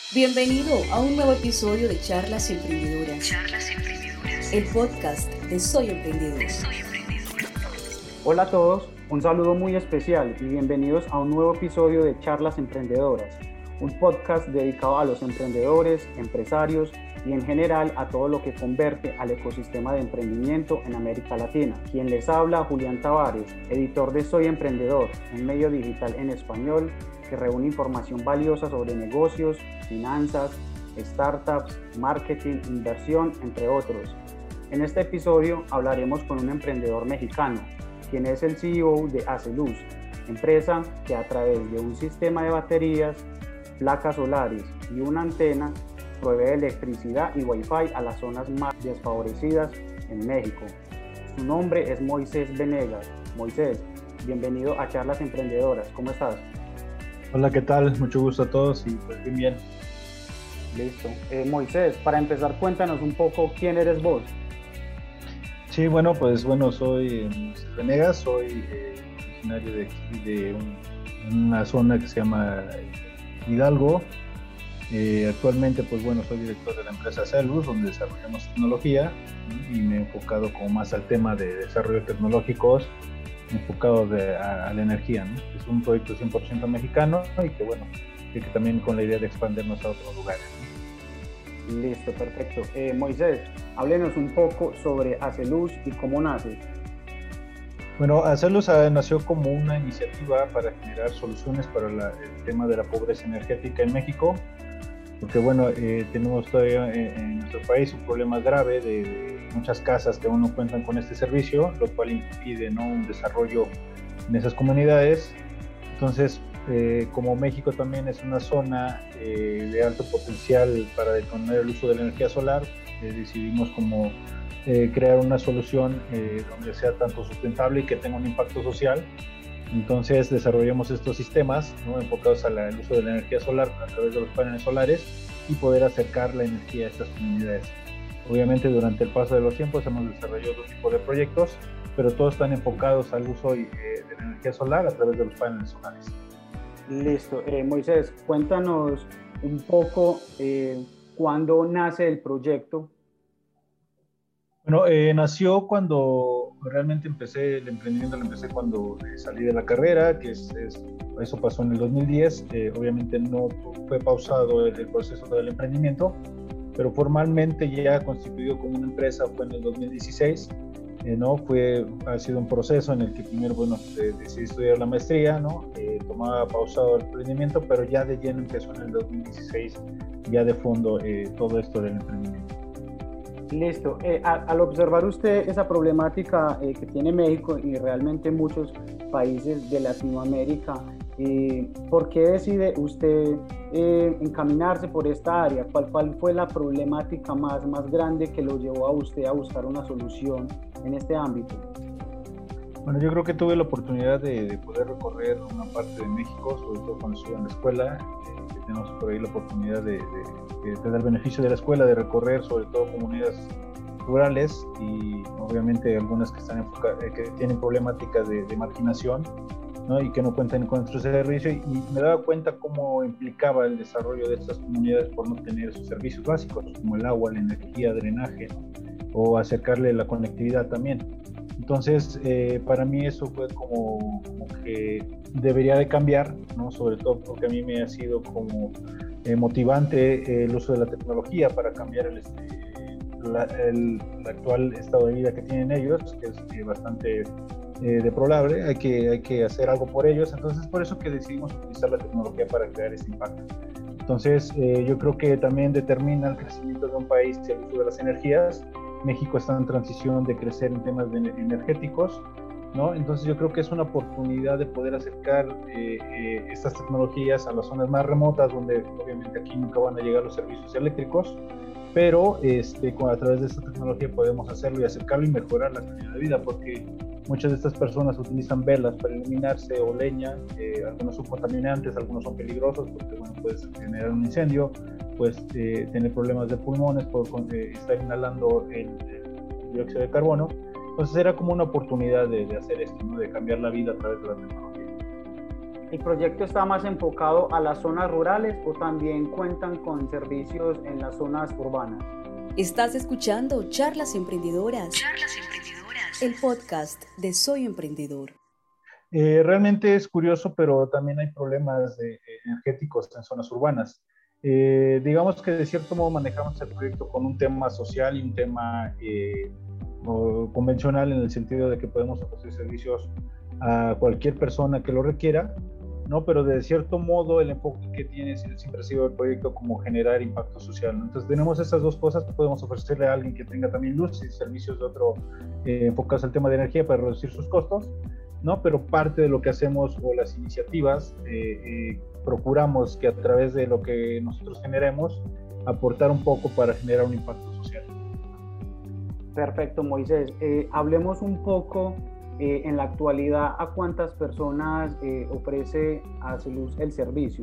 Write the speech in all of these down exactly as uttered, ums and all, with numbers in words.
Bienvenido a un nuevo episodio de Charlas Emprendedoras. Charlas Emprendedoras. El podcast de Soy Emprendedor. De Soy Emprendedor. Hola a todos, un saludo muy especial y bienvenidos a un nuevo episodio de Charlas Emprendedoras, un podcast dedicado a los emprendedores, empresarios y en general a todo lo que convierte al ecosistema de emprendimiento en América Latina. Quien les habla, Julián Tavares, editor de Soy Emprendedor, un medio digital en español que reúne información valiosa sobre negocios, finanzas, startups, marketing, inversión, entre otros. En este episodio hablaremos con un emprendedor mexicano, quien es el C E O de Aceluz, empresa que a través de un sistema de baterías, placas solares y una antena provee electricidad y Wi-Fi a las zonas más desfavorecidas en México. Su nombre es Moisés Venegas. Moisés, bienvenido a Charlas Emprendedoras. ¿Cómo estás? Hola, ¿qué tal? Mucho gusto a todos y pues bien, bien. Listo. Eh, Moisés, para empezar, cuéntanos un poco quién eres vos. Sí, bueno, pues bueno, soy Moisés Venegas, soy eh, originario de aquí, de un, una zona que se llama Hidalgo. Eh, actualmente, pues bueno, soy director de la empresa Aceluz, donde desarrollamos tecnología y me he enfocado como más al tema de desarrollo tecnológicos enfocado de, a, a la energía, ¿no? Es un proyecto cien por ciento mexicano y que bueno, que, que también con la idea de expandirnos a otros lugares, ¿no? Listo, perfecto. Eh, Moisés, háblenos un poco sobre Aceluz y cómo nace. Bueno, Aceluz uh, nació como una iniciativa para generar soluciones para la, el tema de la pobreza energética en México, porque bueno, eh, tenemos todavía en, en nuestro país un problema grave de, de muchas casas que aún no cuentan con este servicio, lo cual impide, ¿no?, un desarrollo en esas comunidades. Entonces, eh, como México también es una zona eh, de alto potencial para detonar el uso de la energía solar, eh, decidimos como eh, crear una solución eh, donde sea tanto sustentable y que tenga un impacto social. Entonces desarrollamos estos sistemas, ¿no?, enfocados al uso de la energía solar a través de los paneles solares y poder acercar la energía a estas comunidades. Obviamente durante el paso de los tiempos hemos desarrollado otro tipo de proyectos, pero todos están enfocados al uso eh, de la energía solar a través de los paneles solares. Listo. Eh, Moisés, cuéntanos un poco eh, cuándo nace el proyecto. Bueno, eh, nació cuando realmente empecé el emprendimiento, lo empecé cuando eh, salí de la carrera, que es, es, eso pasó en el dos mil diez. Eh, obviamente no fue pausado el, el proceso del emprendimiento, pero formalmente ya constituido como una empresa fue en el dos mil dieciséis. Eh, ¿no? Fue, ha sido un proceso en el que primero, bueno, eh, decidí estudiar la maestría, ¿no? Eh, tomaba pausado el emprendimiento, pero ya de lleno empezó en el dos mil dieciséis, ya de fondo eh, todo esto del emprendimiento. Listo. Eh, a, al observar usted esa problemática eh, que tiene México y realmente muchos países de Latinoamérica, eh, ¿por qué decide usted eh, encaminarse por esta área? ¿Cuál, ¿Cuál fue la problemática más, más grande que lo llevó a usted a buscar una solución en este ámbito? Bueno, yo creo que tuve la oportunidad de, de poder recorrer una parte de México, sobre todo cuando estuve en la escuela, eh, que tenemos por ahí la oportunidad de, de, de tener el beneficio de la escuela, de recorrer sobre todo comunidades rurales y obviamente algunas que, están enfocadas, eh, que tienen problemáticas de, de marginación, ¿no?, y que no cuentan con nuestro servicio, y, y me daba cuenta cómo implicaba el desarrollo de estas comunidades por no tener sus servicios básicos como el agua, la energía, drenaje, ¿no?, o acercarle la conectividad también. Entonces, eh, para mí eso fue como, como que debería de cambiar, ¿no?, sobre todo porque a mí me ha sido como eh, motivante eh, el uso de la tecnología para cambiar el, este, la, el, el actual estado de vida que tienen ellos, que es eh, bastante eh, deplorable. Hay que, hay que hacer algo por ellos. Entonces, por eso que decidimos utilizar la tecnología para crear este impacto. Entonces, eh, yo creo que también determina el crecimiento de un país el uso de las energías. México está en transición de crecer en temas de energéticos, ¿no? Entonces yo creo que es una oportunidad de poder acercar eh, eh, estas tecnologías a las zonas más remotas, donde obviamente aquí nunca van a llegar los servicios eléctricos, pero este, a través de esta tecnología podemos hacerlo y acercarlo y mejorar la calidad de vida, porque muchas de estas personas utilizan velas para iluminarse o leña. Eh, algunos son contaminantes, algunos son peligrosos porque bueno, puedes generar un incendio, puedes eh, tener problemas de pulmones por eh, estar inhalando el, el dióxido de carbono. Entonces era como una oportunidad de, de hacer esto, ¿no?, de cambiar la vida a través de la tecnología. ¿El proyecto está más enfocado a las zonas rurales o también cuentan con servicios en las zonas urbanas? Estás escuchando Charlas Emprendedoras, Charlas Emprendedoras. el podcast de Soy Emprendedor. Eh, realmente es curioso, pero también hay problemas de, energéticos en zonas urbanas. Eh, digamos que de cierto modo manejamos el proyecto con un tema social y un tema eh, convencional, en el sentido de que podemos ofrecer servicios a cualquier persona que lo requiera, ¿no? Pero de cierto modo el enfoque que tiene siempre ha sido el proyecto como generar impacto social, ¿no? Entonces tenemos esas dos cosas. Podemos ofrecerle a alguien que tenga también luz y servicios de otro eh, enfocados al tema de energía para reducir sus costos, ¿no? Pero parte de lo que hacemos o las iniciativas eh, eh, procuramos que a través de lo que nosotros generemos aportar un poco para generar un impacto social. Perfecto, Moisés. Eh, hablemos un poco eh, en la actualidad a cuántas personas eh, ofrece Aceluz el servicio.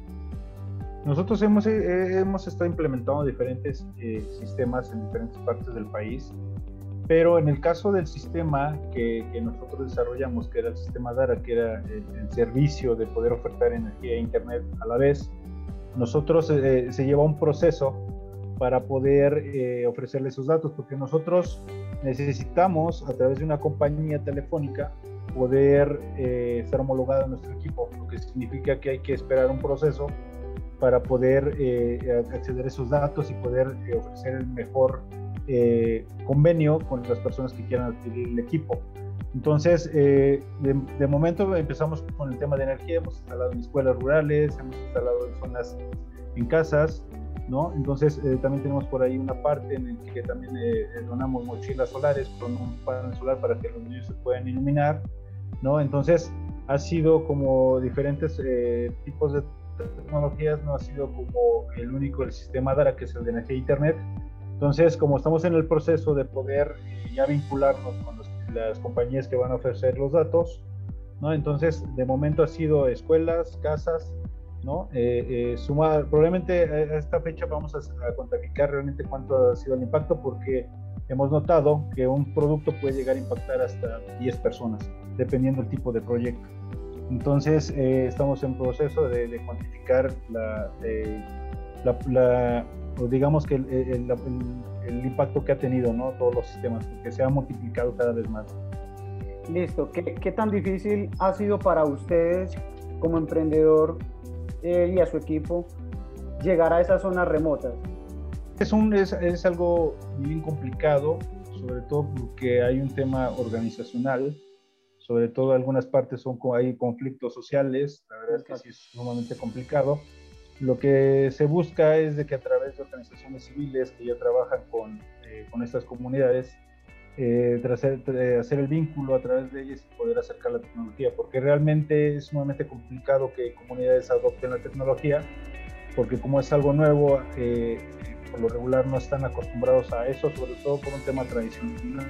Nosotros hemos, eh, hemos estado implementando diferentes eh, sistemas en diferentes partes del país, pero en el caso del sistema que, que nosotros desarrollamos, que era el sistema DARA, que era el, el servicio de poder ofertar energía e internet a la vez, nosotros eh, se lleva un proceso para poder eh, ofrecerle esos datos, porque nosotros necesitamos, a través de una compañía telefónica, poder eh, estar homologado en nuestro equipo, lo que significa que hay que esperar un proceso para poder eh, acceder a esos datos y poder eh, ofrecer el mejor eh, convenio con las personas que quieran adquirir el equipo. Entonces, eh, de, de momento empezamos con el tema de energía. Hemos instalado en escuelas rurales, hemos instalado en zonas, en casas, ¿no? Entonces, eh, también tenemos por ahí una parte en la que también eh, donamos mochilas solares con un panel solar para que los niños se puedan iluminar, ¿no? Entonces, ha sido como diferentes eh, tipos de tecnologías, no ha sido como el único el sistema DARA, que es el de energía e internet. Entonces, como estamos en el proceso de poder eh, ya vincularnos con los, las compañías que van a ofrecer los datos, ¿no? Entonces, de momento ha sido escuelas, casas, ¿no? Eh, eh, sumar, probablemente a esta fecha vamos a, a cuantificar realmente cuánto ha sido el impacto, porque hemos notado que un producto puede llegar a impactar hasta diez personas, dependiendo del tipo de proyecto. Entonces, eh, estamos en proceso de, de cuantificar la, eh, la, la digamos que el, el, el, el impacto que ha tenido, ¿no? Todos los sistemas, porque se ha multiplicado cada vez más. Listo. ¿Qué, qué tan difícil ha sido para ustedes como emprendedor eh, y a su equipo llegar a esas zonas remotas? Es, un, es, es algo bien complicado, sobre todo porque hay un tema organizacional, sobre todo en algunas partes son, hay conflictos sociales, la verdad es que sí es sumamente complicado. Lo que se busca es de que a través de organizaciones civiles que ya trabajan con, eh, con estas comunidades, eh, hacer, hacer el vínculo a través de ellas y poder acercar la tecnología, porque realmente es sumamente complicado que comunidades adopten la tecnología, porque como es algo nuevo, eh, por lo regular no están acostumbrados a eso, sobre todo por un tema tradicional,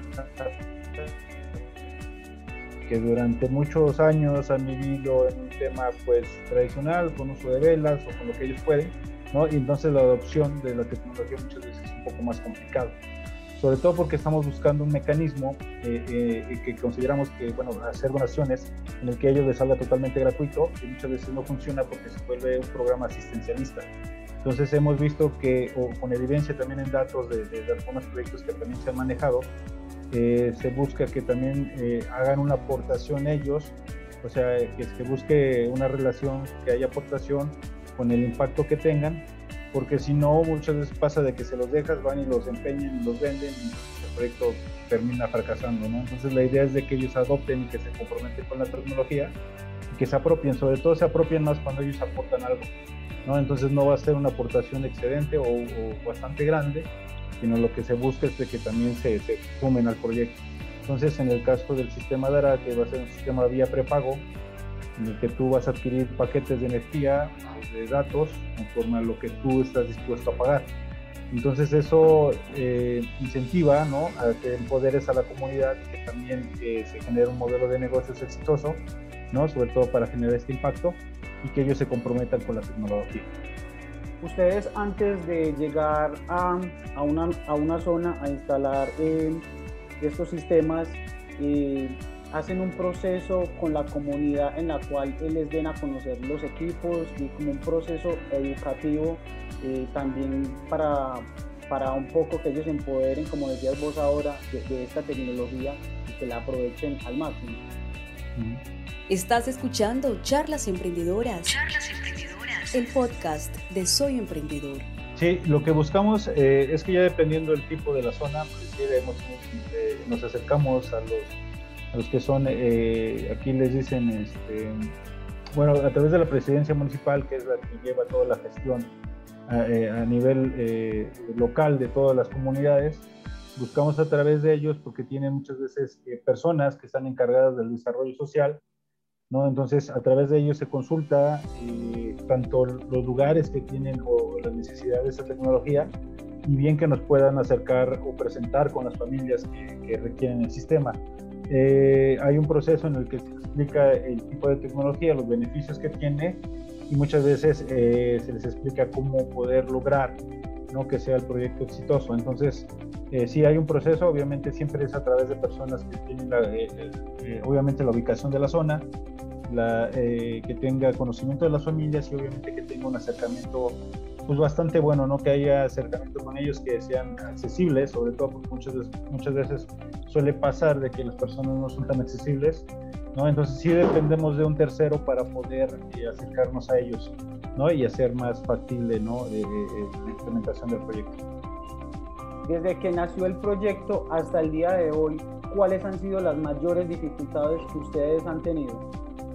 que durante muchos años han vivido en un tema pues tradicional, con uso de velas o con lo que ellos pueden, ¿no? Y entonces la adopción de la tecnología muchas veces es un poco más complicado, sobre todo porque estamos buscando un mecanismo eh, eh, que consideramos que, bueno, hacer donaciones en el que a ellos les salga totalmente gratuito, y muchas veces no funciona porque se vuelve un programa asistencialista. Entonces hemos visto que, o con evidencia también en datos de, de, de algunos proyectos que también se han manejado, Eh, se busca que también eh, hagan una aportación ellos, o sea, que se busque una relación, que haya aportación con el impacto que tengan, porque si no, muchas veces pasa de que se los dejas, van y los empeñan y los venden y el proyecto termina fracasando, ¿no? Entonces la idea es de que ellos adopten y que se comprometen con la tecnología y que se apropien, sobre todo se apropien más cuando ellos aportan algo, ¿no? Entonces no va a ser una aportación excedente o, o bastante grande, sino lo que se busca es de que también se, se sumen al proyecto. Entonces, en el caso del sistema DARA, que va a ser un sistema vía prepago, en el que tú vas a adquirir paquetes de energía, de datos, conforme a lo que tú estás dispuesto a pagar. Entonces, eso eh, incentiva, ¿no?, a que empoderes a la comunidad, que también eh, se genere un modelo de negocios exitoso, ¿no?, sobre todo para generar este impacto, y que ellos se comprometan con la tecnología. Ustedes, antes de llegar a, a, una, a una zona a instalar eh, estos sistemas, eh, hacen un proceso con la comunidad en la cual les den a conocer los equipos y como un proceso educativo eh, también para, para un poco que ellos se empoderen, como decías vos ahora, de, de esta tecnología y que la aprovechen al máximo. Estás escuchando Charlas Emprendedoras, Charlas Emprendedoras, el podcast de Soy Emprendedor. Sí, lo que buscamos eh, es que ya dependiendo del tipo de la zona, pues sí, hemos, eh, nos acercamos a los, a los que son, eh, aquí les dicen, este, bueno, a través de la presidencia municipal, que es la que lleva toda la gestión a, eh, a nivel eh, local de todas las comunidades, buscamos a través de ellos porque tienen muchas veces eh, personas que están encargadas del desarrollo social, ¿no? Entonces, a través de ellos se consulta eh, tanto los lugares que tienen o las necesidades de esta tecnología y bien que nos puedan acercar o presentar con las familias que, que requieren el sistema. Eh, hay un proceso en el que se explica el tipo de tecnología, los beneficios que tiene y muchas veces eh, se les explica cómo poder lograr, ¿no?, que sea el proyecto exitoso. Entonces, eh, sí hay un proceso, obviamente siempre es a través de personas que tienen la, eh, eh, obviamente la ubicación de la zona, la, eh, que tenga conocimiento de las familias y obviamente que tenga un acercamiento pues bastante bueno, ¿no?, que haya acercamiento con ellos que sean accesibles, sobre todo porque muchas veces, muchas veces suele pasar de que las personas no son tan accesibles, ¿no? Entonces sí dependemos de un tercero para poder eh, acercarnos a ellos, ¿no?, y hacer más factible, ¿no?, eh, eh, la implementación del proyecto. Desde que nació el proyecto hasta el día de hoy, ¿cuáles han sido las mayores dificultades que ustedes han tenido?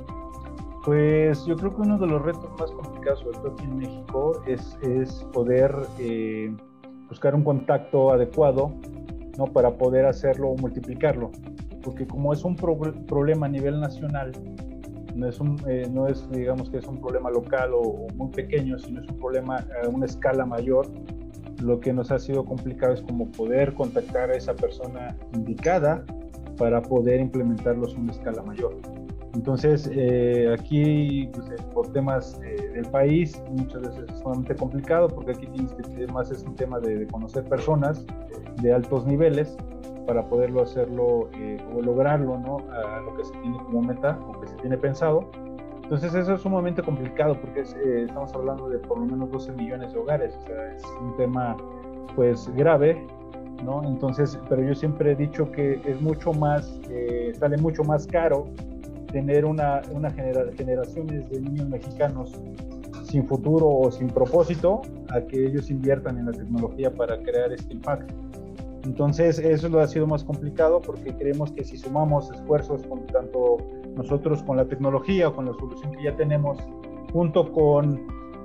Pues yo creo que uno de los retos más complicados, sobre todo aquí en México, es, es poder eh, buscar un contacto adecuado, ¿no?, para poder hacerlo o multiplicarlo. Porque como es un pro problema a nivel nacional, no es, un, eh, no es, digamos que es un problema local o, o muy pequeño, sino es un problema a una escala mayor, lo que nos ha sido complicado es como poder contactar a esa persona indicada para poder implementarlos en una escala mayor. Entonces, eh, aquí, pues, eh, por temas eh, del país, muchas veces es sumamente complicado porque aquí tienes que, más es un tema de, de conocer personas de altos niveles para poderlo hacerlo eh, o lograrlo, ¿no?, a lo que se tiene como meta o que se tiene pensado. Entonces eso es sumamente complicado porque es, eh, estamos hablando de por lo menos doce millones de hogares, o sea, es un tema pues grave, ¿no? Entonces, pero yo siempre he dicho que es mucho más, eh, sale mucho más caro tener una, una genera, generaciones de niños mexicanos sin futuro o sin propósito a que ellos inviertan en la tecnología para crear este impacto. Entonces eso lo ha sido más complicado porque creemos que si sumamos esfuerzos con tanto nosotros con la tecnología o con la solución que ya tenemos, junto con,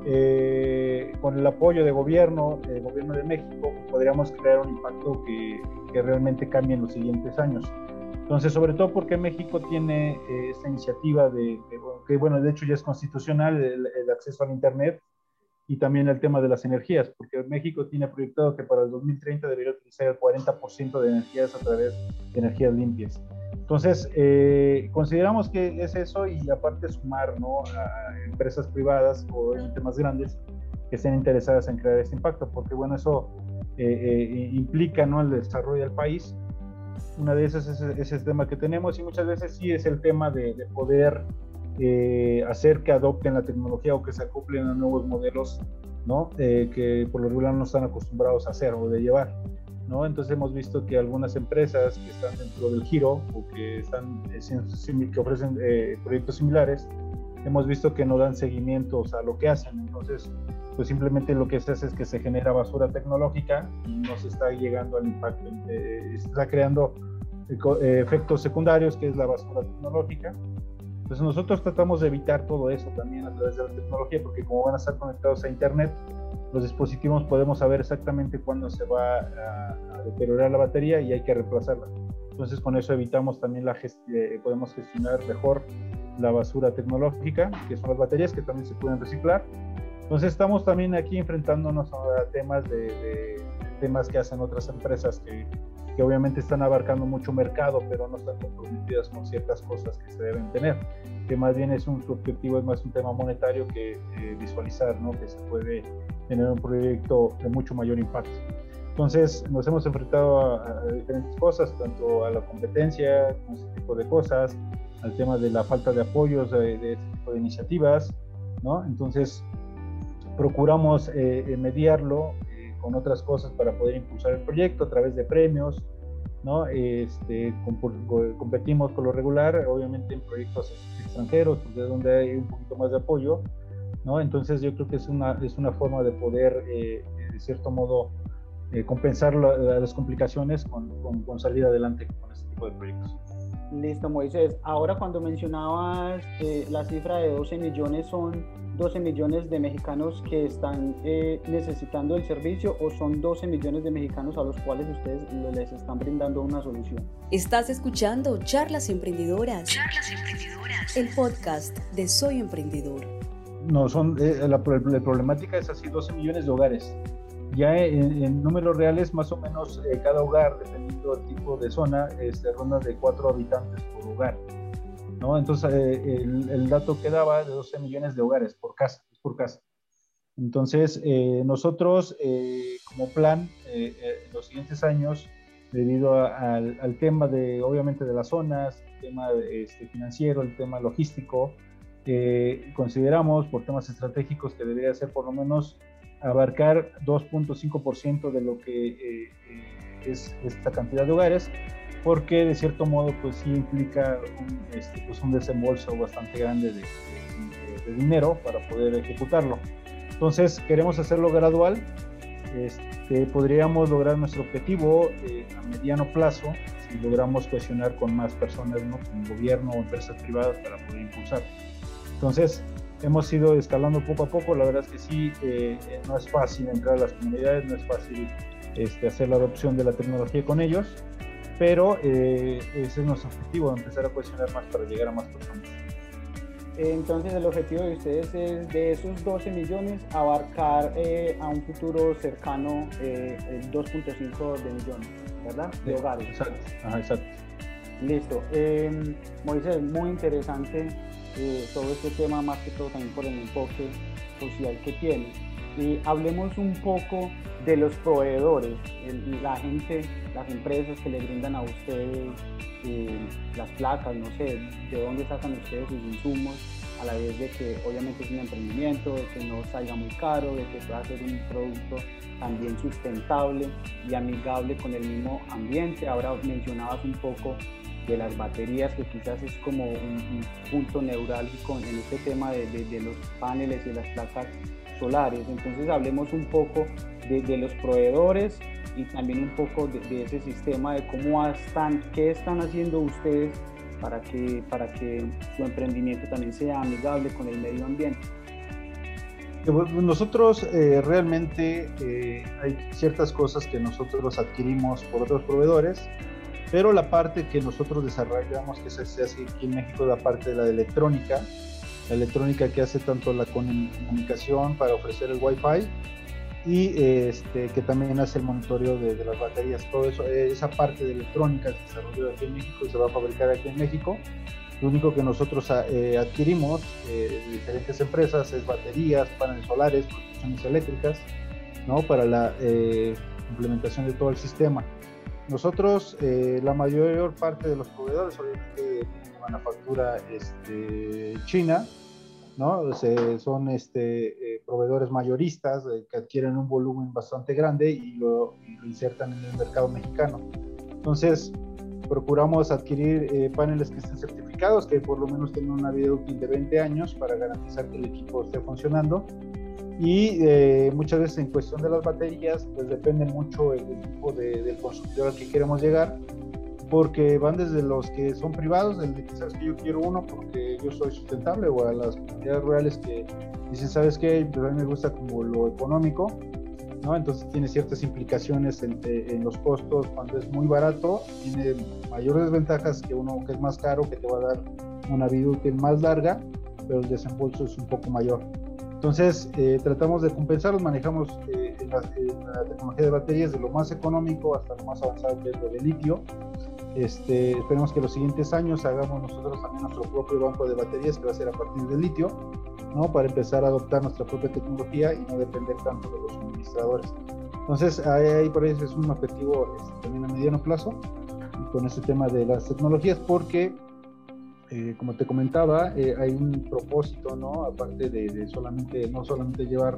eh, con el apoyo de gobierno, del gobierno de México, podríamos crear un impacto que, que realmente cambie en los siguientes años. Entonces, sobre todo porque México tiene eh, esta iniciativa de, de, que, bueno, de hecho ya es constitucional el, el acceso al Internet, y también el tema de las energías, porque México tiene proyectado que para el dos mil treinta debería utilizar el cuarenta por ciento de energías a través de energías limpias. Entonces, eh, consideramos que es eso y aparte sumar, ¿no?, a empresas privadas o obviamente más grandes que estén interesadas en crear este impacto, porque bueno, eso eh, eh, implica, ¿no?, el desarrollo del país. Una de esas es, es el tema que tenemos y muchas veces sí es el tema de, de poder Eh, hacer que adopten la tecnología o que se acoplen a nuevos modelos, ¿no?, eh, que por lo regular no están acostumbrados a hacer o de llevar, ¿no? Entonces hemos visto que algunas empresas que están dentro del giro o que, están, que ofrecen eh, proyectos similares, hemos visto que no dan seguimientos a lo que hacen. Entonces, pues simplemente lo que se hace es que se genera basura tecnológica y no se está llegando al impacto, eh, se está creando eh, efectos secundarios, que es la basura tecnológica. Entonces nosotros tratamos de evitar todo eso también a través de la tecnología, porque como van a estar conectados a Internet, los dispositivos podemos saber exactamente cuándo se va a, a deteriorar la batería y hay que reemplazarla. Entonces con eso evitamos también la gest eh, podemos gestionar mejor la basura tecnológica, que son las baterías que también se pueden reciclar. Entonces estamos también aquí enfrentándonos a temas de, de temas que hacen otras empresas que que obviamente están abarcando mucho mercado, pero no están comprometidas con ciertas cosas que se deben tener, que más bien es un, su objetivo es más un tema monetario que eh, visualizar, ¿no?, que se puede tener un proyecto de mucho mayor impacto. Entonces nos hemos enfrentado a, a diferentes cosas, tanto a la competencia, con ese tipo de cosas, al tema de la falta de apoyos de, de este tipo de iniciativas, ¿no? Entonces procuramos eh, mediarlo eh, con otras cosas para poder impulsar el proyecto a través de premios, ¿no? Este, competimos por lo regular, obviamente en proyectos extranjeros, porque es donde hay un poquito más de apoyo, ¿no? Entonces yo creo que es una, es una forma de poder, eh, de cierto modo, eh, compensar la, las complicaciones con, con, con salir adelante con este tipo de proyectos. Listo, Moisés. Ahora cuando mencionabas eh, la cifra de doce millones, ¿son doce millones de mexicanos que están eh, necesitando el servicio o son doce millones de mexicanos a los cuales ustedes les están brindando una solución? Estás escuchando Charlas Emprendedoras. Charlas Emprendedoras. El podcast de Soy Emprendedor. No, son, eh, la, la problemática es así, doce millones de hogares. Ya en, en números reales, más o menos eh, cada hogar, dependiendo del tipo de zona, este, ronda de cuatro habitantes por hogar, ¿no? Entonces, eh, el, el dato que daba de doce millones de hogares por casa, por casa. Entonces, eh, nosotros, eh, como plan, eh, eh, en los siguientes años, debido a, al, al tema de, obviamente, de las zonas, el tema este, financiero, el tema logístico, eh, consideramos, por temas estratégicos, que debería ser por lo menos abarcar dos punto cinco por ciento de lo que eh, eh, es esta cantidad de hogares, porque de cierto modo pues sí implica un, este, pues, un desembolso bastante grande de, de, de dinero para poder ejecutarlo. Entonces queremos hacerlo gradual. Este, podríamos lograr nuestro objetivo eh, a mediano plazo si logramos cohesionar con más personas, ¿no? Con gobierno o empresas privadas para poder impulsar. Entonces hemos ido escalando poco a poco. La verdad es que sí, eh, no es fácil entrar a las comunidades, no es fácil este, hacer la adopción de la tecnología con ellos, pero eh, ese es nuestro objetivo, empezar a cohesionar más para llegar a más personas. Entonces el objetivo de ustedes es de esos doce millones abarcar eh, a un futuro cercano eh, el dos punto cinco de millones, ¿verdad? De sí, hogares. Exacto. Ajá, exacto. Listo. Eh, Moisés, muy interesante eh, todo este tema, más que todo también por el enfoque social que tiene. Y hablemos un poco de los proveedores, el, la gente, las empresas que le brindan a ustedes eh, las placas, no sé, de dónde sacan ustedes sus insumos, a la vez de que obviamente es un emprendimiento, de que no salga muy caro, de que pueda ser un producto también sustentable y amigable con el mismo ambiente. Ahora mencionabas un poco de las baterías, que quizás es como un, un punto neurálgico en este tema de, de, de los paneles y las placas solares. Entonces hablemos un poco de, de los proveedores y también un poco de, de ese sistema, de cómo están, qué están haciendo ustedes para que, para que su emprendimiento también sea amigable con el medio ambiente. Nosotros eh, realmente eh, hay ciertas cosas que nosotros adquirimos por otros proveedores, pero la parte que nosotros desarrollamos, que se hace aquí en México, la parte de la electrónica, la electrónica que hace tanto la comunicación para ofrecer el Wi-Fi y este, que también hace el monitoreo de, de las baterías. Todo eso, esa parte de electrónica se desarrolló aquí en México y se va a fabricar aquí en México. Lo único que nosotros eh, adquirimos eh, de diferentes empresas es baterías, paneles solares, construcciones eléctricas, ¿no? Para la eh, implementación de todo el sistema. Nosotros, eh, la mayor parte de los proveedores, obviamente, de manufactura este, china, ¿no? O sea, son este, eh, proveedores mayoristas eh, que adquieren un volumen bastante grande y lo, y lo insertan en el mercado mexicano. Entonces, procuramos adquirir eh, paneles que estén certificados, que por lo menos tengan una vida útil de veinte años para garantizar que el equipo esté funcionando. Y eh, muchas veces en cuestión de las baterías, pues depende mucho el, el tipo de, del consumidor al que queremos llegar, porque van desde los que son privados, del de que sabes que yo quiero uno porque yo soy sustentable, o a las comunidades rurales que dicen, ¿sabes qué? Pues a mí me gusta como lo económico, ¿no? Entonces tiene ciertas implicaciones en, en los costos. Cuando es muy barato, tiene mayores desventajas que uno que es más caro, que te va a dar una vida útil más larga, pero el desembolso es un poco mayor. Entonces, eh, tratamos de compensarlos, manejamos eh, en la, en la tecnología de baterías de lo más económico hasta lo más avanzado, que es lo de litio. Este, esperemos que los siguientes años hagamos nosotros también nuestro propio banco de baterías, que va a ser a partir del litio, ¿no? Para empezar a adoptar nuestra propia tecnología y no depender tanto de los suministradores. Entonces, ahí, ahí por eso es un objetivo este, también a mediano plazo con este tema de las tecnologías, porque Eh, como te comentaba, eh, hay un propósito, ¿no? Aparte de, de solamente, no solamente llevar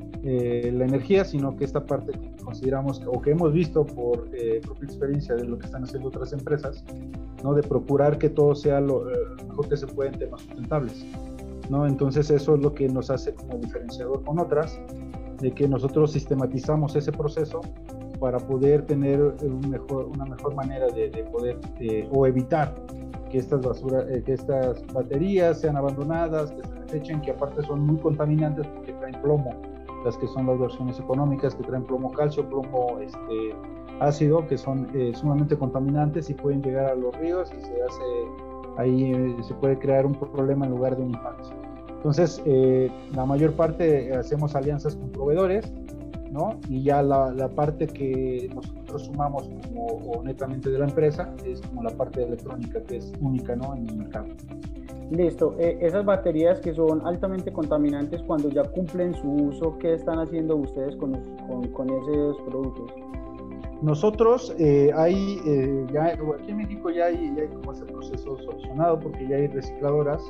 eh, la energía, sino que esta parte que consideramos o que hemos visto por eh, propia experiencia de lo que están haciendo otras empresas, ¿no? De procurar que todo sea lo, eh, lo mejor que se puede en temas sustentables, ¿no? Entonces eso es lo que nos hace como diferenciador con otras, de que nosotros sistematizamos ese proceso para poder tener un mejor, una mejor manera de, de poder eh, o evitar que estas basuras, eh, que estas baterías sean abandonadas, que se desechen, que aparte son muy contaminantes porque traen plomo, las que son las versiones económicas, que traen plomo calcio, plomo este, ácido, que son eh, sumamente contaminantes y pueden llegar a los ríos y se hace, ahí eh, se puede crear un problema en lugar de un impacto. Entonces, eh, la mayor parte hacemos alianzas con proveedores, ¿no? Y ya la, la parte que nosotros sumamos como o netamente de la empresa es como la parte electrónica, que es única, ¿no? En el mercado. Listo. Eh, esas baterías que son altamente contaminantes, cuando ya cumplen su uso, ¿qué están haciendo ustedes con, con, con esos productos? Nosotros eh, hay, eh, ya, aquí en México ya hay, ya hay como ese proceso solucionado, porque ya hay recicladoras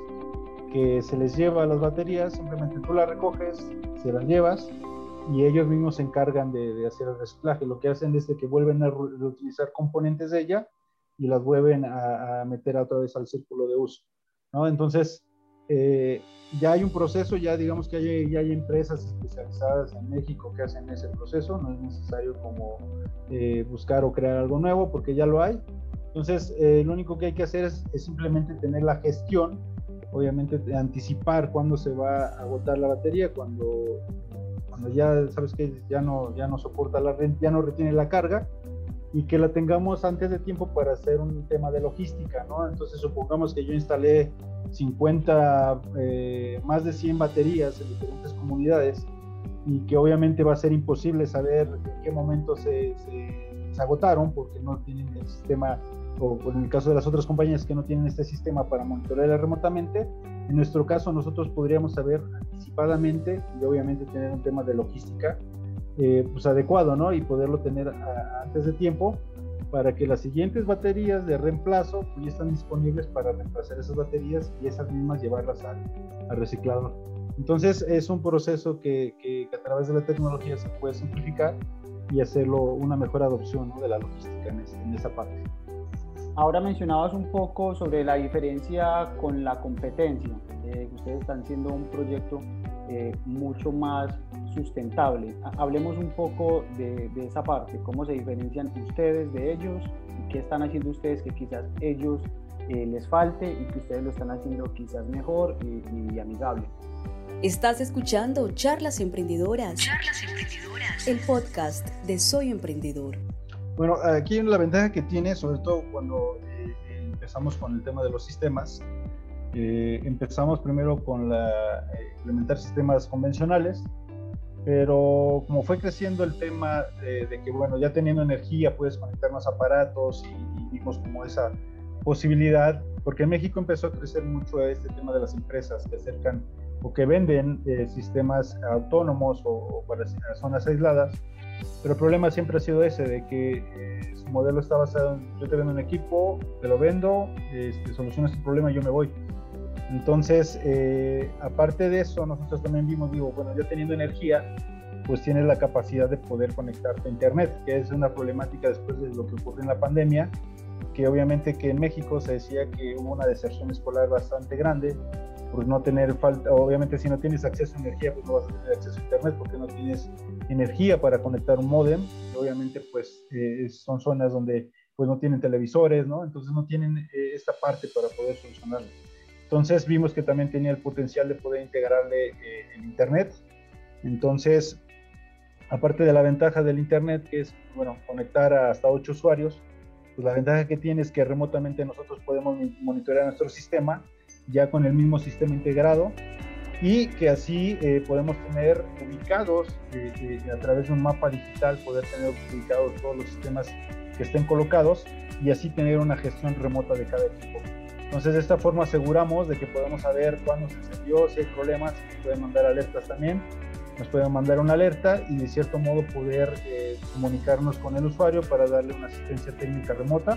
que se les lleva las baterías, simplemente tú las recoges, se las llevas y ellos mismos se encargan de, de hacer el reciclaje. Lo que hacen es de que vuelven a reutilizar componentes de ella y las vuelven a, a meter otra vez al círculo de uso, ¿no? Entonces, eh, ya hay un proceso, ya digamos que hay, ya hay empresas especializadas en México que hacen ese proceso, no es necesario como eh, buscar o crear algo nuevo porque ya lo hay. Entonces, eh, lo único que hay que hacer es, es simplemente tener la gestión, obviamente anticipar cuándo se va a agotar la batería, cuando cuando ya sabes que ya no, ya no soporta la ya no retiene la carga, y que la tengamos antes de tiempo para hacer un tema de logística, ¿no? Entonces supongamos que yo instalé cincuenta, eh, más de cien baterías en diferentes comunidades y que obviamente va a ser imposible saber en qué momento se, se, se agotaron porque no tienen el sistema, o en el caso de las otras compañías que no tienen este sistema para monitorear remotamente. En nuestro caso nosotros podríamos saber anticipadamente y obviamente tener un tema de logística eh, pues adecuado, ¿no? Y poderlo tener a, antes de tiempo para que las siguientes baterías de reemplazo pues, ya están disponibles para reemplazar esas baterías y esas mismas llevarlas al, al reciclador. Entonces es un proceso que, que, que a través de la tecnología se puede simplificar y hacerlo una mejor adopción, ¿no? De la logística en, ese, en esa parte. Ahora mencionabas un poco sobre la diferencia con la competencia. Eh, ustedes están haciendo un proyecto eh, mucho más sustentable. Hablemos un poco de, de esa parte, cómo se diferencian ustedes de ellos y qué están haciendo ustedes que quizás ellos eh, les falte y que ustedes lo están haciendo quizás mejor y, y amigable. Estás escuchando Charlas Emprendedoras, Charlas Emprendedoras, el podcast de Soy Emprendedor. Bueno, aquí la ventaja que tiene, sobre todo cuando eh, empezamos con el tema de los sistemas, eh, empezamos primero con la, eh, implementar sistemas convencionales, pero como fue creciendo el tema de, de que, bueno, ya teniendo energía puedes conectar más aparatos y, y vimos como esa posibilidad, porque en México empezó a crecer mucho este tema de las empresas que acercan o que venden eh, sistemas autónomos o, o para zonas aisladas. Pero el problema siempre ha sido ese, de que eh, su modelo está basado en yo te vendo un equipo, te lo vendo, este, solucionas tu problema y yo me voy. Entonces, eh, aparte de eso, nosotros también vimos, digo, bueno, ya teniendo energía, pues tienes la capacidad de poder conectarte a internet, que es una problemática después de lo que ocurrió en la pandemia, que obviamente que en México se decía que hubo una deserción escolar bastante grande, por no tener falta, obviamente si no tienes acceso a energía, pues no vas a tener acceso a internet porque no tienes energía para conectar un módem, obviamente pues eh, son zonas donde pues no tienen televisores, ¿no? Entonces no tienen eh, esta parte para poder solucionarlo. Entonces vimos que también tenía el potencial de poder integrarle eh, el internet. Entonces, aparte de la ventaja del internet, que es, bueno, conectar a hasta ocho usuarios, pues la ventaja que tiene es que remotamente nosotros podemos monitorear nuestro sistema ya con el mismo sistema integrado y que así eh, podemos tener ubicados eh, eh, a través de un mapa digital, poder tener ubicados todos los sistemas que estén colocados y así tener una gestión remota de cada equipo. Entonces, de esta forma aseguramos de que podamos saber cuándo se encendió, si hay problemas, se pueden mandar alertas también, nos pueden mandar una alerta y de cierto modo poder eh, comunicarnos con el usuario para darle una asistencia técnica remota.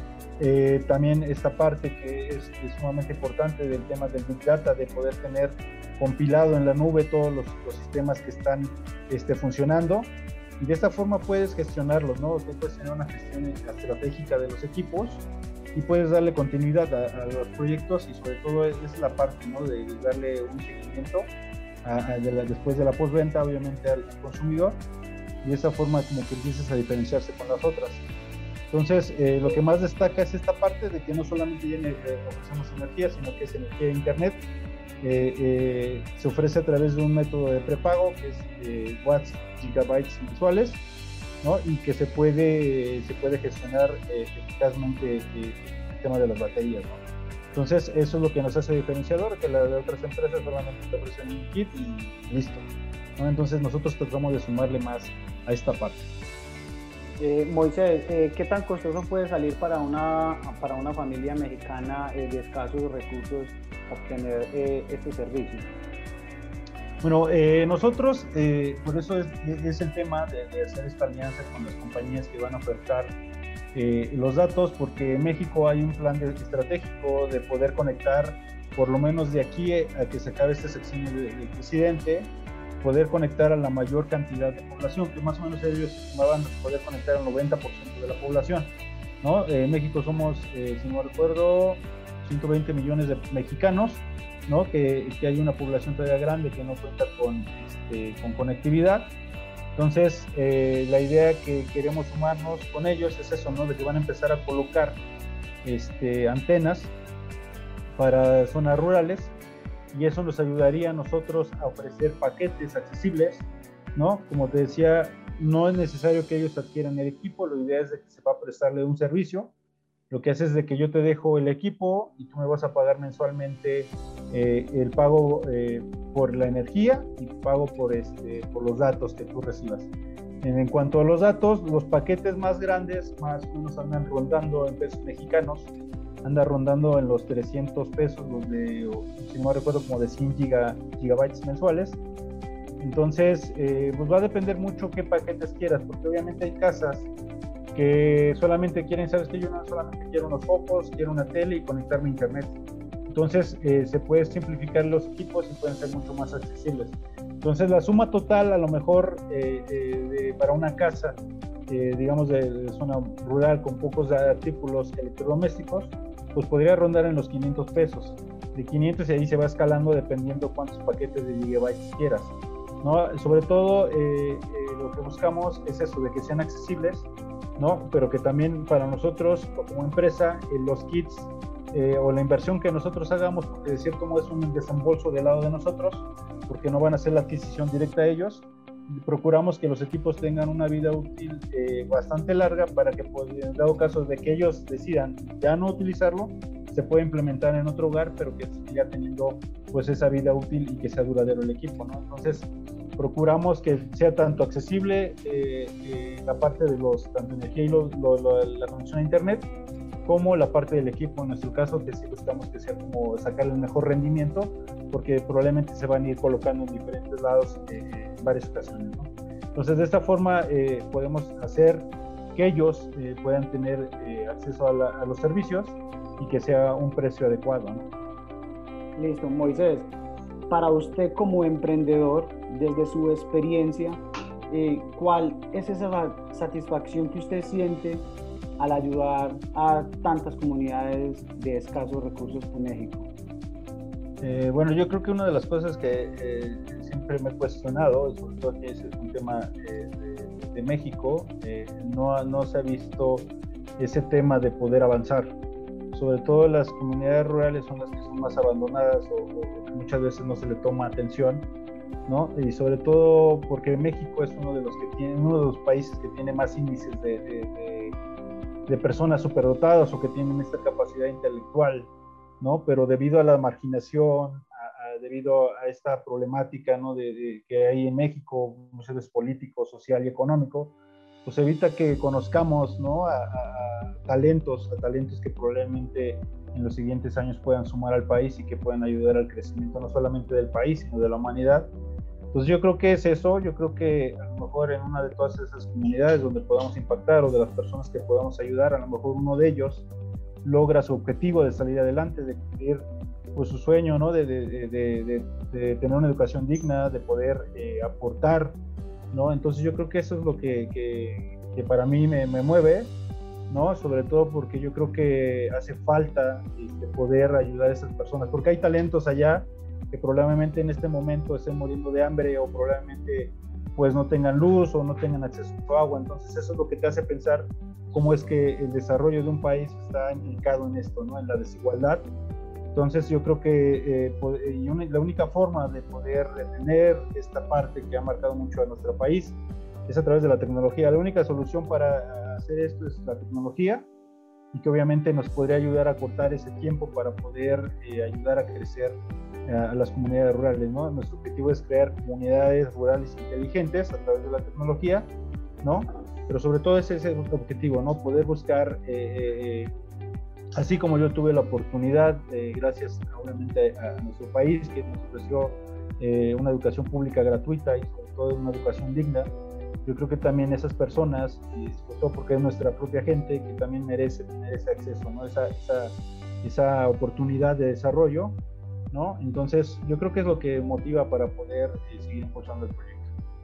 Eh, también esta parte que es, es sumamente importante del tema del Big Data, de poder tener compilado en la nube todos los, los sistemas que están este, funcionando, y de esta forma puedes gestionarlos, ¿no? Tú puedes tener una gestión estratégica de los equipos y puedes darle continuidad a, a los proyectos, y sobre todo es, es la parte, ¿no?, de darle un seguimiento a, a de la, después de la postventa, obviamente, al consumidor, y de esa forma como que empiezas a diferenciarse con las otras. Entonces, eh, lo que más destaca es esta parte de que no solamente ya eh, ofrecemos energía, sino que es energía de internet. Eh, eh, se ofrece a través de un método de prepago que es eh, watts, gigabytes mensuales, ¿no? Y que se puede, se puede gestionar eh, eficazmente eh, el tema de las baterías, ¿no? Entonces, eso es lo que nos hace diferenciador, que las de otras empresas solamente te ofrecen un kit y listo, ¿no? Entonces, nosotros tratamos de sumarle más a esta parte. Eh, Moisés, eh, ¿qué tan costoso puede salir para una, para una familia mexicana eh, de escasos recursos obtener eh, este servicio? Bueno, eh, nosotros, eh, por eso es, es el tema de, de hacer esta alianza con las compañías que van a ofertar eh, los datos, porque en México hay un plan de, estratégico de poder conectar, por lo menos de aquí a que se acabe este sexenio del de presidente, poder conectar a la mayor cantidad de población, que más o menos ellos estimaban poder conectar al noventa por ciento de la población, ¿no? En eh, México somos, eh, si no recuerdo, ciento veinte millones de mexicanos, ¿no? Que, que hay una población todavía grande que no cuenta con, este, con conectividad. Entonces, eh, la idea que queremos sumarnos con ellos es eso, ¿no? De que van a empezar a colocar este, antenas para zonas rurales, y eso nos ayudaría a nosotros a ofrecer paquetes accesibles, ¿no? Como te decía, no es necesario que ellos adquieran el equipo, la idea es de que se va a prestarle un servicio. Lo que hace es de que yo te dejo el equipo y tú me vas a pagar mensualmente eh, el pago eh, por la energía y pago por, este, por los datos que tú recibas. En, en cuanto a los datos, los paquetes más grandes, más o menos andan rondando en pesos mexicanos, anda rondando en los trescientos pesos, los de, si no recuerdo, como de cien giga, gigabytes mensuales. Entonces, eh, pues va a depender mucho qué paquetes quieras, porque obviamente hay casas que solamente quieren, sabes que yo no solamente quiero unos focos, quiero una tele y conectarme a internet. Entonces, eh, se puede simplificar los equipos y pueden ser mucho más accesibles. Entonces, la suma total, a lo mejor, eh, eh, de, para una casa, eh, digamos, de, de zona rural con pocos artículos electrodomésticos, pues podría rondar en los quinientos pesos. De quinientos, y ahí se va escalando dependiendo cuántos paquetes de gigabytes quieras, ¿no? Sobre todo, eh, eh, lo que buscamos es eso, de que sean accesibles, ¿no? Pero que también para nosotros, como empresa, eh, los kits eh, o la inversión que nosotros hagamos, porque de cierto modo es un desembolso del lado de nosotros, porque no van a hacer la adquisición directa a ellos, procuramos que los equipos tengan una vida útil eh, bastante larga, para que, pues, en dado caso de que ellos decidan ya no utilizarlo, se pueda implementar en otro hogar, pero que siga teniendo, pues, esa vida útil y que sea duradero el equipo, ¿no? Entonces, procuramos que sea tanto accesible eh, eh, la parte de los, tanto energía y lo, lo, lo, la conexión a internet, como la parte del equipo, en nuestro caso, que sí buscamos que sea como sacar el mejor rendimiento, porque probablemente se van a ir colocando en diferentes lados eh, en varias ocasiones, ¿no? Entonces, de esta forma eh, podemos hacer que ellos eh, puedan tener eh, acceso a, la, a los servicios y que sea un precio adecuado, ¿no? Listo, Moisés. Para usted como emprendedor, desde su experiencia, eh, ¿cuál es esa satisfacción que usted siente al ayudar a tantas comunidades de escasos recursos en México? Eh, bueno, yo creo que una de las cosas que eh, siempre me he cuestionado, sobre todo que es un tema eh, de, de México, eh, no, no se ha visto ese tema de poder avanzar. Sobre todo las comunidades rurales son las que son más abandonadas, o, o muchas veces no se le toma atención, ¿no? Y sobre todo porque México es uno de los que tiene, uno de los países que tiene más índices de, de, de, de personas superdotadas o que tienen esta capacidad intelectual, ¿no? Pero debido a la marginación, a, a, debido a esta problemática, ¿no? de, de, que hay en México, muchas veces político, social y económico, pues evita que conozcamos, ¿no? a, a, a talentos, a talentos que probablemente en los siguientes años puedan sumar al país y que puedan ayudar al crecimiento no solamente del país, sino de la humanidad. Entonces yo creo que es eso, yo creo que a lo mejor en una de todas esas comunidades donde podamos impactar o de las personas que podamos ayudar, a lo mejor uno de ellos logra su objetivo de salir adelante, de cumplir pues, su sueño, ¿no? de, de, de, de, de tener una educación digna, de poder eh, aportar, ¿no? Entonces yo creo que eso es lo que, que, que para mí me, me mueve, ¿no? Sobre todo porque yo creo que hace falta este, poder ayudar a esas personas, porque hay talentos allá que probablemente en este momento estén muriendo de hambre o probablemente pues no tengan luz o no tengan acceso a agua. Entonces eso es lo que te hace pensar cómo es que el desarrollo de un país está implicado en esto, ¿no? En la desigualdad. Entonces yo creo que eh, y una, la única forma de poder detener esta parte que ha marcado mucho a nuestro país es a través de la tecnología. La única solución para hacer esto es la tecnología, y que obviamente nos podría ayudar a cortar ese tiempo para poder eh, ayudar a crecer eh, a las comunidades rurales, ¿no? Nuestro objetivo es crear comunidades rurales inteligentes a través de la tecnología, ¿no? Pero sobre todo ese es el objetivo, ¿no? Poder buscar, eh, eh, así como yo tuve la oportunidad, eh, gracias obviamente a nuestro país, que nos ofreció eh, una educación pública gratuita y sobre todo una educación digna. Yo creo que también esas personas, y sobre todo porque es nuestra propia gente, que también merece tener ese acceso, ¿no? Esa, esa, esa oportunidad de desarrollo, ¿no? Entonces, yo creo que es lo que motiva para poder eh, seguir impulsando el proyecto.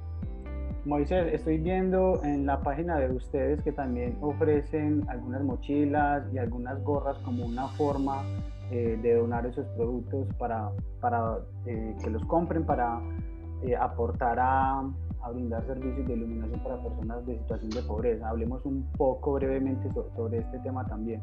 Moisés, estoy viendo en la página de ustedes que también ofrecen algunas mochilas y algunas gorras como una forma eh, de donar esos productos para, para eh, que los compren, para eh, aportar a... a brindar servicios de iluminación para personas de situación de pobreza. Hablemos un poco brevemente so, sobre este tema también.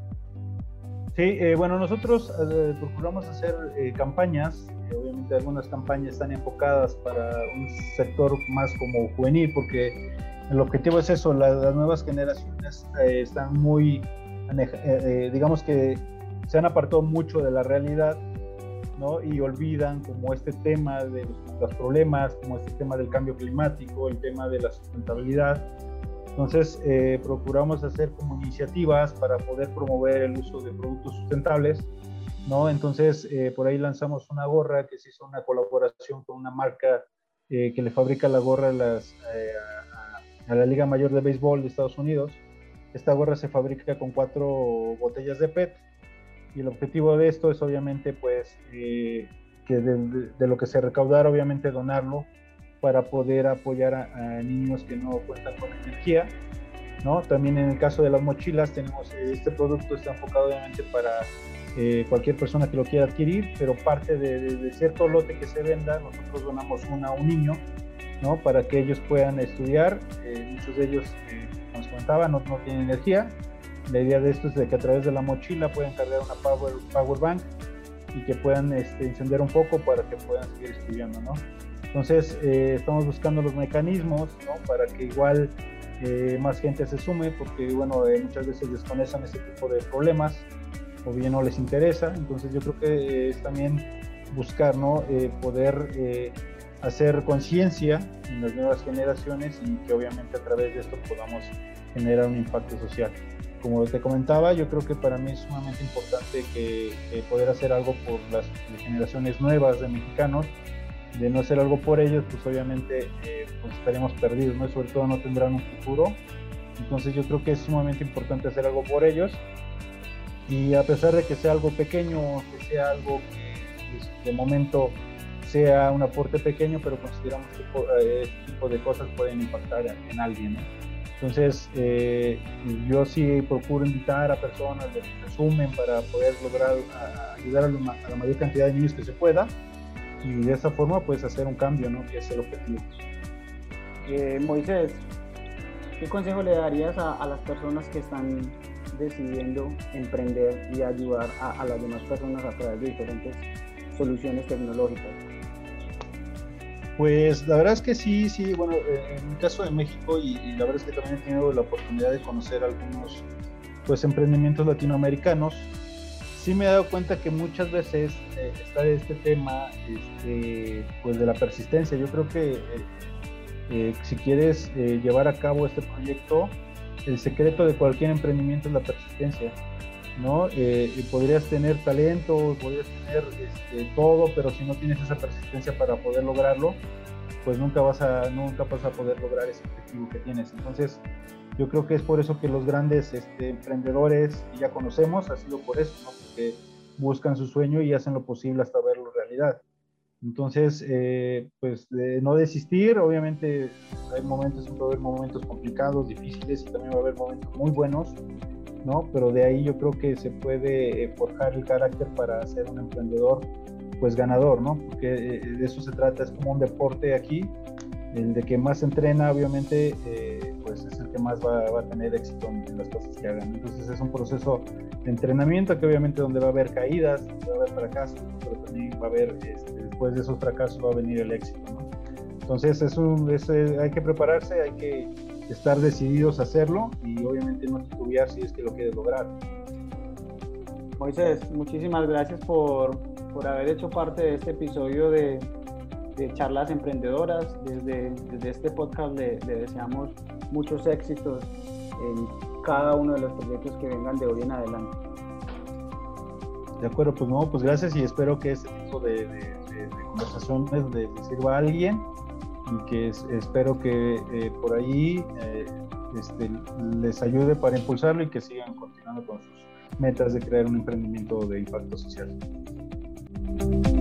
Sí, eh, bueno, nosotros eh, procuramos hacer eh, campañas, eh, obviamente algunas campañas están enfocadas para un sector más como juvenil, porque el objetivo es eso, la, las nuevas generaciones eh, están muy, eh, eh, digamos que se han apartado mucho de la realidad, ¿no? Y olvidan como este tema de los, los problemas, como este tema del cambio climático, el tema de la sustentabilidad. Entonces, eh, procuramos hacer como iniciativas para poder promover el uso de productos sustentables, ¿no? Entonces, eh, por ahí lanzamos una gorra que se hizo una colaboración con una marca eh, que le fabrica la gorra a, las, eh, a, a la Liga Mayor de Béisbol de Estados Unidos. Esta gorra se fabrica con cuatro botellas de P E T. Y el objetivo de esto es obviamente pues eh, que de, de, de lo que se recaudara obviamente donarlo para poder apoyar a, a niños que no cuentan con energía, ¿no? También en el caso de las mochilas tenemos eh, este producto está enfocado obviamente para eh, cualquier persona que lo quiera adquirir, pero parte de, de, de cierto lote que se venda nosotros donamos una a un niño, ¿no? Para que ellos puedan estudiar. Eh, muchos de ellos, eh, como les comentaba, no, no tienen energía. La idea de esto es de que a través de la mochila puedan cargar una power, power bank y que puedan este, encender un poco para que puedan seguir estudiando, ¿no? Entonces, eh, estamos buscando los mecanismos, ¿no? Para que igual eh, más gente se sume, porque, bueno, eh, muchas veces desconocen ese tipo de problemas o bien no les interesa. Entonces, yo creo que eh, es también buscar, ¿no? Eh, poder eh, hacer conciencia en las nuevas generaciones y que obviamente a través de esto podamos generar un impacto social. Como te comentaba, yo creo que para mí es sumamente importante que, que poder hacer algo por las generaciones nuevas de mexicanos. De no hacer algo por ellos, pues obviamente eh, pues estaremos perdidos, ¿no? Y sobre todo no tendrán un futuro. Entonces yo creo que es sumamente importante hacer algo por ellos. Y a pesar de que sea algo pequeño, que sea algo que pues, de momento sea un aporte pequeño, pero consideramos que eh, este tipo de cosas pueden impactar en, en alguien, ¿no? Entonces, eh, yo sí procuro invitar a personas de que se sumen para poder lograr a, ayudar a la, a la mayor cantidad de niños que se pueda y de esa forma pues hacer un cambio, ¿no? Que es el objetivo. Eh, Moisés, ¿qué consejo le darías a, a las personas que están decidiendo emprender y ayudar a, a las demás personas a través de diferentes soluciones tecnológicas? Pues la verdad es que sí, sí, bueno, eh, en el caso de México y, y la verdad es que también he tenido la oportunidad de conocer algunos pues emprendimientos latinoamericanos. Sí me he dado cuenta que muchas veces eh, está este tema este, pues de la persistencia. Yo creo que eh, eh, si quieres eh, llevar a cabo este proyecto, el secreto de cualquier emprendimiento es la persistencia, ¿no? Eh, podrías tener talento, podrías tener este, todo, pero si no tienes esa persistencia para poder lograrlo, pues nunca vas a, nunca vas a poder lograr ese objetivo que tienes. Entonces, yo creo que es por eso que los grandes este, emprendedores que ya conocemos, ha sido por eso, ¿no? Porque buscan su sueño y hacen lo posible hasta verlo realidad. Entonces, eh, pues de no desistir, obviamente hay momentos, siempre va a haber momentos complicados, difíciles, y también va a haber momentos muy buenos, ¿no? Pero de ahí yo creo que se puede forjar el carácter para ser un emprendedor, pues ganador, ¿no? Porque de eso se trata, es como un deporte aquí, el de que más se entrena, obviamente, eh, pues es el que más va, va a tener éxito en las cosas que hagan. Entonces es un proceso de entrenamiento que obviamente donde va a haber caídas, donde va a haber fracasos, pero también va a haber, este, después de esos fracasos va a venir el éxito, ¿no? Entonces es un, es, hay que prepararse, hay que estar decididos a hacerlo y obviamente no titubear si es que lo quieres lograr. Moisés, muchísimas gracias por, por haber hecho parte de este episodio de, de Charlas Emprendedoras. Desde, desde este podcast le, le deseamos muchos éxitos en cada uno de los proyectos que vengan de hoy en adelante. De acuerdo, pues no, pues gracias y espero que este tipo de, de, de, de conversaciones le, le sirva a alguien y que es, espero que eh, por ahí eh, este, les ayude para impulsarlo y que sigan continuando con sus metas de crear un emprendimiento de impacto social.